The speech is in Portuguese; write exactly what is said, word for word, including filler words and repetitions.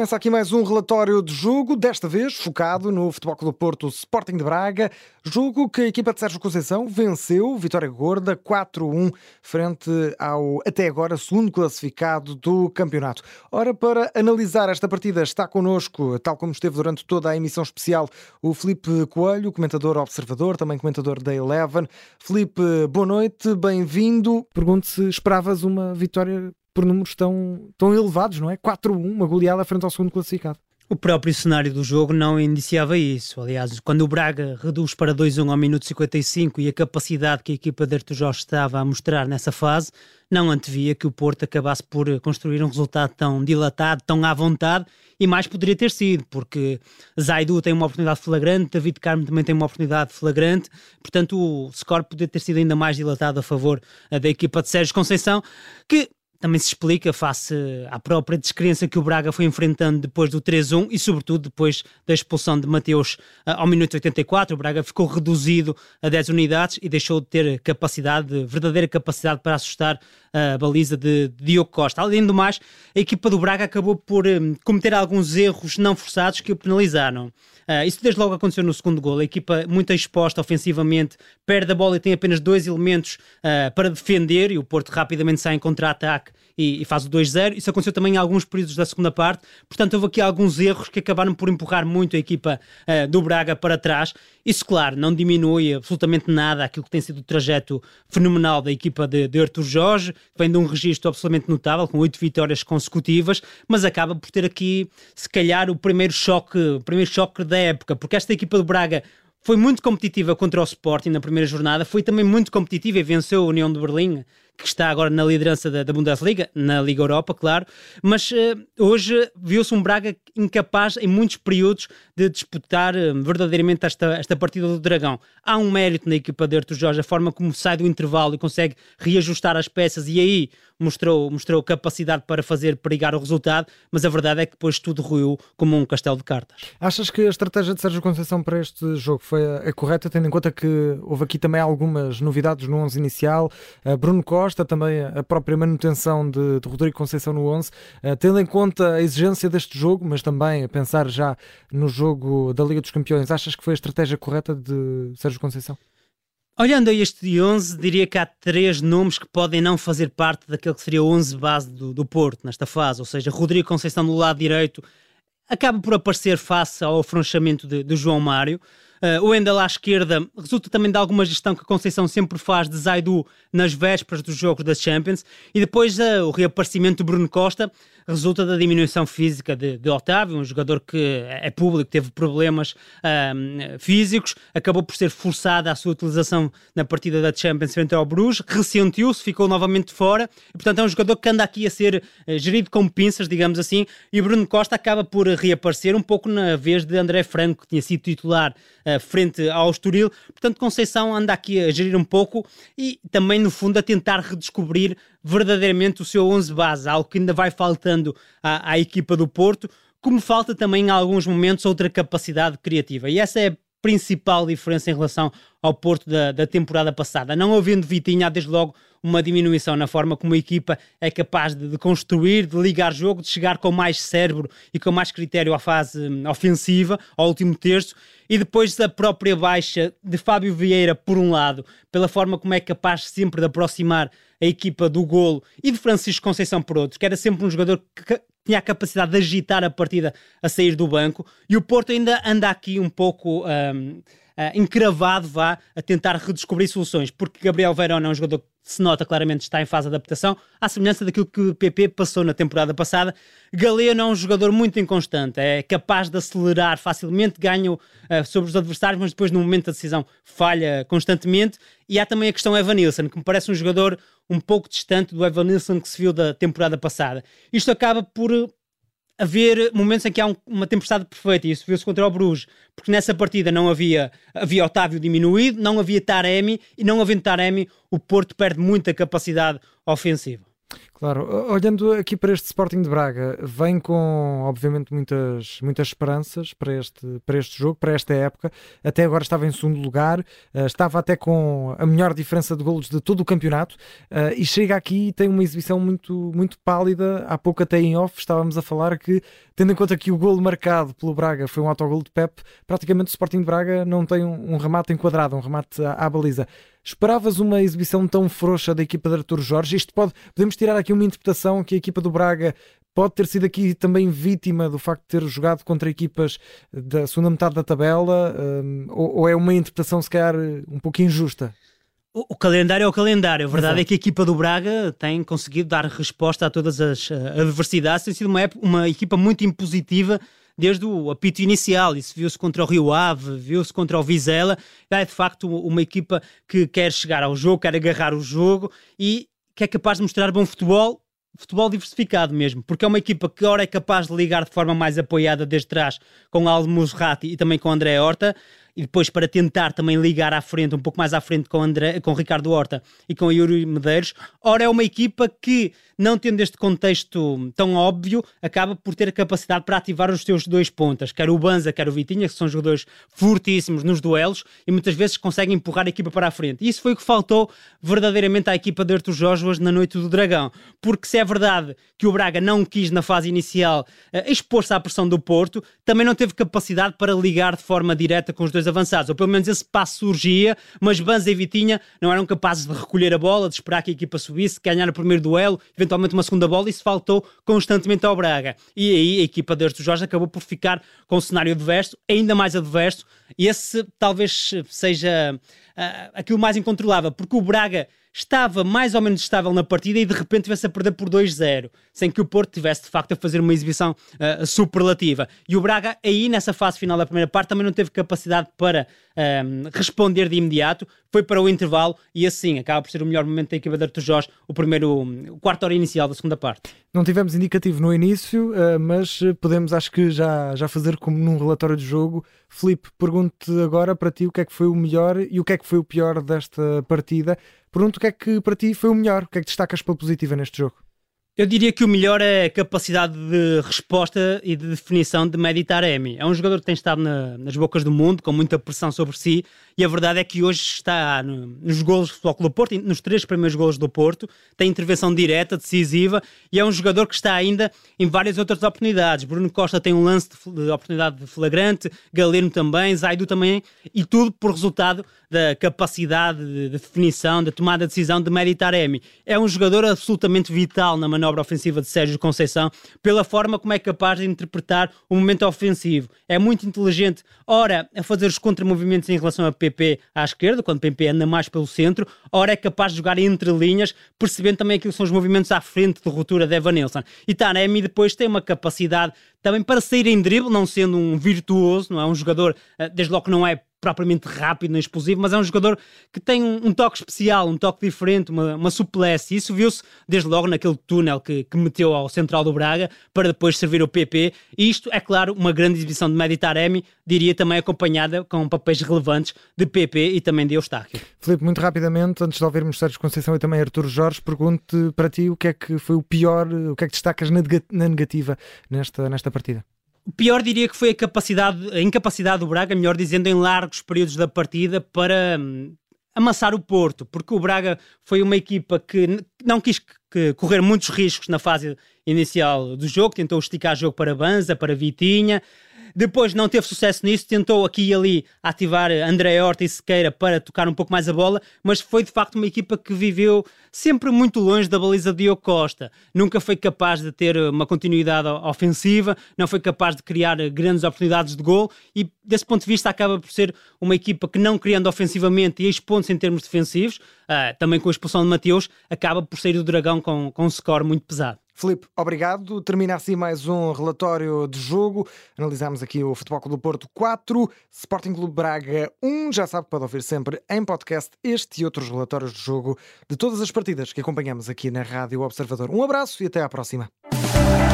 Começa aqui mais um relatório de jogo, desta vez focado no Futebol Clube do Porto Sporting de Braga. Jogo que a equipa de Sérgio Conceição venceu, vitória gorda, quatro a um, frente ao, até agora, segundo classificado do campeonato. Ora, para analisar esta partida está connosco, tal como esteve durante toda a emissão especial, o Filipe Coelho, comentador observador, também comentador da Eleven. Filipe, boa noite, bem-vindo. Pergunto se esperavas uma vitória por números tão, tão elevados, não é? quatro a um, uma goleada frente ao segundo classificado. O próprio cenário do jogo não indiciava isso. Aliás, quando o Braga reduz para dois a um ao minuto cinquenta e cinco e a capacidade que a equipa de Artur Jorge estava a mostrar nessa fase, não antevia que o Porto acabasse por construir um resultado tão dilatado, tão à vontade, e mais poderia ter sido, porque Zaidu tem uma oportunidade flagrante, David Carmo também tem uma oportunidade flagrante, portanto o score poderia ter sido ainda mais dilatado a favor da equipa de Sérgio Conceição, que também se explica face à própria descrença que o Braga foi enfrentando depois do três a um e, sobretudo, depois da expulsão de Mateus ao minuto oitenta e quatro. O Braga ficou reduzido a dez unidades e deixou de ter capacidade, verdadeira capacidade para assustar a baliza de Diogo Costa. Além do mais, a equipa do Braga acabou por um, cometer alguns erros não forçados que o penalizaram. Uh, isso desde logo aconteceu no segundo golo. A equipa muito exposta ofensivamente, perde a bola e tem apenas dois elementos uh, para defender, e o Porto rapidamente sai em contra-ataque e, e faz o dois a zero. Isso aconteceu também em alguns períodos da segunda parte. Portanto, houve aqui alguns erros que acabaram por empurrar muito a equipa uh, do Braga para trás. Isso, claro, não diminui absolutamente nada aquilo que tem sido o trajeto fenomenal da equipa de, de Artur Jorge, que vem de um registro absolutamente notável, com oito vitórias consecutivas, mas acaba por ter aqui, se calhar, o primeiro choque, o primeiro choque da época, porque esta equipa do Braga foi muito competitiva contra o Sporting na primeira jornada, foi também muito competitiva e venceu a União de Berlim, que está agora na liderança da, da Bundesliga, na Liga Europa, claro, mas uh, hoje viu-se um Braga incapaz em muitos períodos de disputar uh, verdadeiramente esta, esta partida do Dragão. Há um mérito na equipa de Artur Jorge, a forma como sai do intervalo e consegue reajustar as peças, e aí mostrou, mostrou capacidade para fazer perigar o resultado, mas a verdade é que depois tudo ruiu como um castelo de cartas. Achas que a estratégia de Sérgio Conceição para este jogo foi a, a correta, tendo em conta que houve aqui também algumas novidades no onze inicial, uh, Bruno Costa, também a própria manutenção de, de Rodrigo Conceição no onze, uh, tendo em conta a exigência deste jogo, mas também a pensar já no jogo da Liga dos Campeões, achas que foi a estratégia correta de Sérgio Conceição? Olhando a este onze, diria que há três nomes que podem não fazer parte daquele que seria o onze base do, do Porto nesta fase, ou seja, Rodrigo Conceição do lado direito acaba por aparecer face ao afrouxamento de, de João Mário. Uh, o Wendel à esquerda resulta também de alguma gestão que a Conceição sempre faz de Zaidu nas vésperas dos jogos da Champions, e depois uh, o reaparecimento de Bruno Costa resulta da diminuição física de, de Otávio, um jogador que é público, teve problemas uh, físicos, acabou por ser forçada a sua utilização na partida da Champions frente ao Bruges, ressentiu-se, ficou novamente fora, e portanto é um jogador que anda aqui a ser uh, gerido com pinças, digamos assim, e Bruno Costa acaba por reaparecer um pouco na vez de André Franco, que tinha sido titular uh, frente ao Estoril. Portanto, Conceição anda aqui a gerir um pouco e também, no fundo, a tentar redescobrir verdadeiramente o seu onze base, algo que ainda vai faltando à, à equipa do Porto, como falta também em alguns momentos outra capacidade criativa. E essa é a principal diferença em relação ao Porto da, da temporada passada. Não havendo Vitinha, há desde logo uma diminuição na forma como a equipa é capaz de, de construir, de ligar jogo, de chegar com mais cérebro e com mais critério à fase ofensiva, ao último terço, e depois da própria baixa de Fábio Vieira, por um lado, pela forma como é capaz sempre de aproximar a equipa do golo, e de Francisco Conceição por outro, que era sempre um jogador que tinha a capacidade de agitar a partida a sair do banco, e o Porto ainda anda aqui um pouco um, uh, encravado, vá, a tentar redescobrir soluções, porque Gabriel Veirão é um jogador que se nota claramente está em fase de adaptação, à semelhança daquilo que o P P passou na temporada passada. Galeno é um jogador muito inconstante, é capaz de acelerar facilmente, ganha uh, sobre os adversários, mas depois no momento da decisão falha constantemente. E há também a questão Evanilson, que me parece um jogador um pouco distante do Evanilson que se viu da temporada passada. Isto acaba por haver momentos em que há um, uma tempestade perfeita, e isso viu-se contra o Bruges, porque nessa partida não havia, havia Otávio diminuído, não havia Taremi, e não havendo Taremi, o Porto perde muita capacidade ofensiva. Claro, olhando aqui para este Sporting de Braga, vem com, obviamente, muitas, muitas esperanças para este, para este jogo, para esta época. Até agora estava em segundo lugar, estava até com a melhor diferença de golos de todo o campeonato, e chega aqui e tem uma exibição muito, muito pálida. Há pouco até em off estávamos a falar que, tendo em conta que o golo marcado pelo Braga foi um autogolo de Pep, praticamente o Sporting de Braga não tem um, um remate enquadrado, um remate à, à baliza. Esperavas uma exibição tão frouxa da equipa de Artur Jorge? Isto pode, podemos tirar aqui uma interpretação que a equipa do Braga pode ter sido aqui também vítima do facto de ter jogado contra equipas da segunda metade da tabela, um, ou, ou é uma interpretação se calhar um pouco injusta? O, o calendário é o calendário. A verdade Exato. é que a equipa do Braga tem conseguido dar resposta a todas as uh, adversidades. Tem sido uma, uma equipa muito impositiva desde o apito inicial. Isso viu-se contra o Rio Ave, viu-se contra o Vizela. É de facto uma equipa que quer chegar ao jogo, quer agarrar o jogo e que é capaz de mostrar bom futebol, futebol diversificado mesmo, porque é uma equipa que ora é capaz de ligar de forma mais apoiada desde trás com Aldo Musrati e também com André Horta, e depois para tentar também ligar à frente, um pouco mais à frente com, André, com Ricardo Horta e com Yuri Medeiros. Ora é uma equipa que, não tendo este contexto tão óbvio, acaba por ter a capacidade para ativar os seus dois pontas, quer o Banza, quer o Vitinha, que são jogadores fortíssimos nos duelos e muitas vezes conseguem empurrar a equipa para a frente. E isso foi o que faltou verdadeiramente à equipa de Artur Jorge hoje na Noite do Dragão, porque se é verdade que o Braga não quis na fase inicial uh, expor-se à pressão do Porto, também não teve capacidade para ligar de forma direta com os dois avançados, ou pelo menos esse passo surgia, mas Banza e Vitinha não eram capazes de recolher a bola, de esperar que a equipa subisse, ganhar o primeiro duelo, eventualmente uma segunda bola, e isso faltou constantemente ao Braga. E aí a equipa de Artur Jorge acabou por ficar com um cenário adverso, ainda mais adverso, e esse talvez seja uh, aquilo mais incontrolável, porque o Braga estava mais ou menos estável na partida e de repente tivesse a perder por dois zero, sem que o Porto tivesse de facto a fazer uma exibição uh, superlativa. E o Braga aí nessa fase final da primeira parte também não teve capacidade para um, responder de imediato, foi para o intervalo e assim acaba por ser o melhor momento da equipa de Artur Jorge, o primeiro, o quarto hora inicial da segunda parte. Não tivemos indicativo no início, mas podemos acho que já, já fazer como num relatório de jogo. Filipe, pergunto-te agora para ti o que é que foi o melhor e o que é que foi o pior desta partida. Pergunto o que é que para ti foi o melhor, o que é que destacas pela positiva neste jogo? Eu diria que o melhor é a capacidade de resposta e de definição de Mehdi Taremi. É um jogador que tem estado na, nas bocas do mundo, com muita pressão sobre si, e a verdade é que hoje está no, nos golos do Futebol Clube do Porto, nos três primeiros golos do Porto, tem intervenção direta, decisiva, e é um jogador que está ainda em várias outras oportunidades. Bruno Costa tem um lance de, de oportunidade flagrante, Galeno também, Zaidu também, e tudo por resultado da capacidade de, de definição, da tomada de decisão de Mehdi Taremi. É um jogador absolutamente vital na manobra ofensiva de Sérgio Conceição, pela forma como é capaz de interpretar o momento ofensivo. É muito inteligente, ora a fazer os contramovimentos em relação a P P à esquerda, quando P P anda mais pelo centro, ora é capaz de jogar entre linhas, percebendo também aquilo que são os movimentos à frente de ruptura de Evanilson. E Taremi depois tem uma capacidade também para sair em drible, não sendo um virtuoso, não é um jogador, desde logo que não é propriamente rápido nem explosivo, mas é um jogador que tem um, um toque especial, um toque diferente, uma, uma suplesse. Isso viu-se desde logo naquele túnel que, que meteu ao central do Braga para depois servir o P P. E isto é, claro, uma grande exibição de Mehdi Taremi, diria também acompanhada com papéis relevantes de P P e também de Eustáquio. Filipe, muito rapidamente, antes de ouvirmos Sérgio Conceição e também Artur Jorge, pergunto para ti o que é que foi o pior, o que é que destacas na negativa nesta, nesta partida? O pior diria que foi a, capacidade, a incapacidade do Braga, melhor dizendo, em largos períodos da partida para hum, amassar o Porto, porque o Braga foi uma equipa que não quis que correr muitos riscos na fase inicial do jogo, tentou esticar o jogo para Banza, para Vitinha. Depois não teve sucesso nisso, tentou aqui e ali ativar André Horta e Sequeira para tocar um pouco mais a bola, mas foi de facto uma equipa que viveu sempre muito longe da baliza de Diogo Costa. Nunca foi capaz de ter uma continuidade ofensiva, não foi capaz de criar grandes oportunidades de gol e desse ponto de vista acaba por ser uma equipa que, não criando ofensivamente e expondo-se em termos defensivos, uh, também com a expulsão de Mateus, acaba por sair do Dragão com, com um score muito pesado. Filipe, obrigado. Termina assim mais um relatório de jogo. Analisámos aqui o Futebol Clube do Porto quatro, Sporting Clube Braga um. Já sabe que pode ouvir sempre em podcast este e outros relatórios de jogo de todas as partidas que acompanhamos aqui na Rádio Observador. Um abraço e até à próxima.